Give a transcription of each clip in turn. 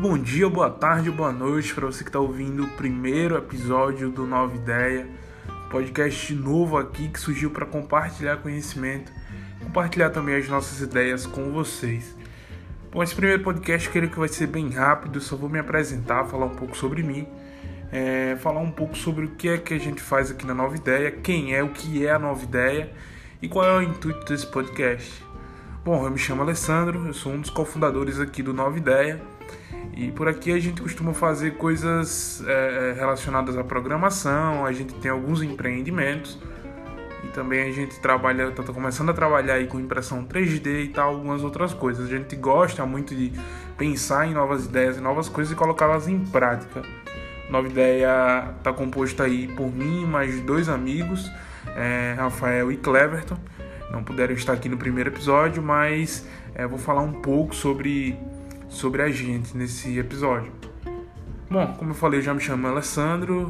bom dia, boa tarde, boa noite para você que está ouvindo o primeiro episódio do Nova Ideia, podcast novo aqui que surgiu para compartilhar conhecimento, compartilhar também as nossas ideias com vocês. Bom, esse primeiro podcast eu creio que vai ser bem rápido, só vou me apresentar, falar um pouco sobre mim, falar um pouco sobre o que é que a gente faz aqui na Nova Ideia, quem é, o que é a Nova Ideia e qual é o intuito desse podcast. Bom, eu me chamo Alessandro, eu sou um dos cofundadores aqui do Nova Ideia e por aqui a gente costuma fazer coisas relacionadas à programação, a gente tem alguns empreendimentos e também a gente está começando a trabalhar aí com impressão 3D e tal, algumas outras coisas. A gente gosta muito de pensar em novas ideias e novas coisas e colocá-las em prática. Nova Ideia está composta aí por mim e mais 2 amigos, Rafael e Cleverton. Não puderam estar aqui no primeiro episódio, mas vou falar um pouco sobre a gente nesse episódio. Bom, como eu falei, eu me chamo Alessandro.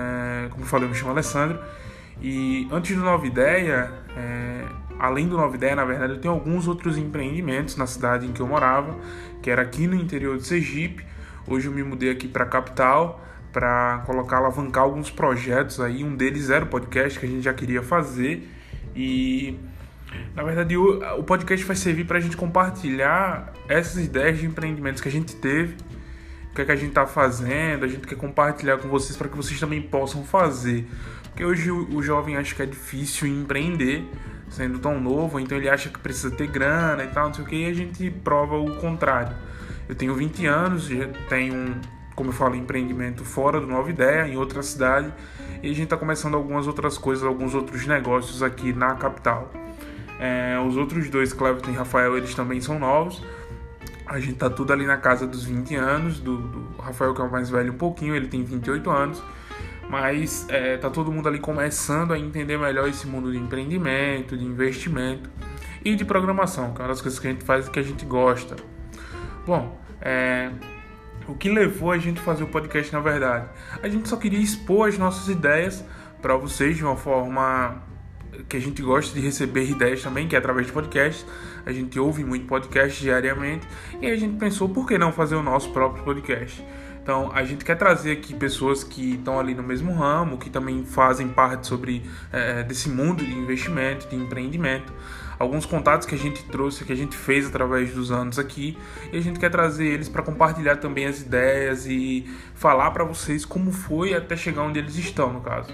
E antes do Nova Ideia, além do Nova Ideia, na verdade, eu tenho alguns outros empreendimentos na cidade em que eu morava, que era aqui no interior de Sergipe. Hoje eu me mudei aqui para a capital para alavancar alguns projetos aí. Um deles era o podcast que a gente já queria fazer e... Na verdade, o podcast vai servir para a gente compartilhar essas ideias de empreendimentos que a gente teve, o que é que a gente está fazendo, a gente quer compartilhar com vocês para que vocês também possam fazer. Porque hoje o jovem acha que é difícil empreender, sendo tão novo, então ele acha que precisa ter grana e tal, não sei o que, e a gente prova o contrário. Eu tenho 20 anos, já tenho, como eu falo, empreendimento fora do Nova Ideia, em outra cidade, e a gente está começando algumas outras coisas, alguns outros negócios aqui na capital. Os outros 2, Cleverton e Rafael, eles também são novos. A gente tá tudo ali na casa dos 20 anos, do Rafael, que é o mais velho um pouquinho, ele tem 28 anos. Mas tá todo mundo ali começando a entender melhor esse mundo de empreendimento, de investimento e de programação, que é uma das coisas que a gente faz e que a gente gosta. Bom, o que levou a gente a fazer o podcast, na verdade? A gente só queria expor as nossas ideias para vocês de uma forma que a gente gosta de receber ideias também, que é através de podcast. A gente ouve muito podcast diariamente e a gente pensou, por que não fazer o nosso próprio podcast? Então, a gente quer trazer aqui pessoas que estão ali no mesmo ramo, que também fazem parte desse mundo de investimento, de empreendimento. Alguns contatos que a gente trouxe, que a gente fez através dos anos aqui, e a gente quer trazer eles para compartilhar também as ideias e falar para vocês como foi até chegar onde eles estão, no caso.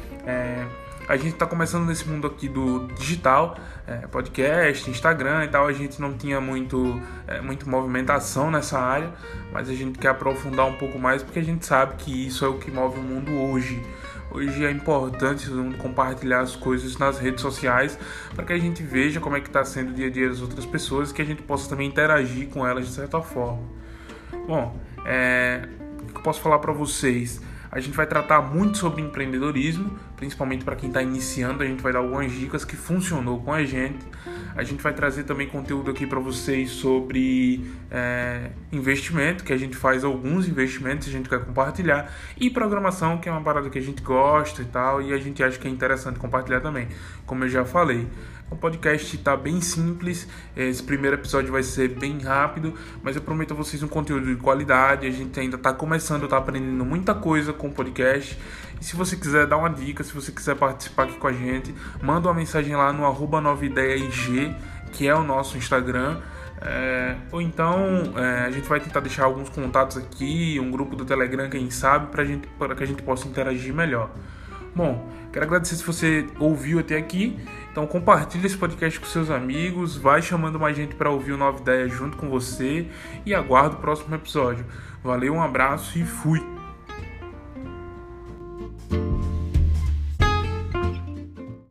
A gente está começando nesse mundo aqui do digital, podcast, Instagram e tal. A gente não tinha muito movimentação nessa área, mas a gente quer aprofundar um pouco mais porque a gente sabe que isso é o que move o mundo hoje. Hoje é importante compartilhar as coisas nas redes sociais para que a gente veja como é que está sendo o dia a dia das outras pessoas e que a gente possa também interagir com elas de certa forma. Bom, o que eu posso falar para vocês? A gente vai tratar muito sobre empreendedorismo, principalmente para quem está iniciando. A gente vai dar algumas dicas que funcionou com a gente. A gente vai trazer também conteúdo aqui para vocês sobre investimento, que a gente faz alguns investimentos, a gente quer compartilhar. E programação, que é uma parada que a gente gosta e tal, e a gente acha que é interessante compartilhar também, como eu já falei. O podcast está bem simples, esse primeiro episódio vai ser bem rápido, mas eu prometo a vocês um conteúdo de qualidade. A gente ainda está começando, está aprendendo muita coisa com o podcast. E se você quiser dar uma dica, se você quiser participar aqui com a gente, manda uma mensagem lá no @novaideiaig, que é o nosso Instagram. Ou então a gente vai tentar deixar alguns contatos aqui, um grupo do Telegram, quem sabe, para que a gente possa interagir melhor. Bom, quero agradecer se você ouviu até aqui. Então compartilhe esse podcast com seus amigos, vai chamando mais gente para ouvir o Nova Ideia junto com você e aguardo o próximo episódio. Valeu, um abraço e fui!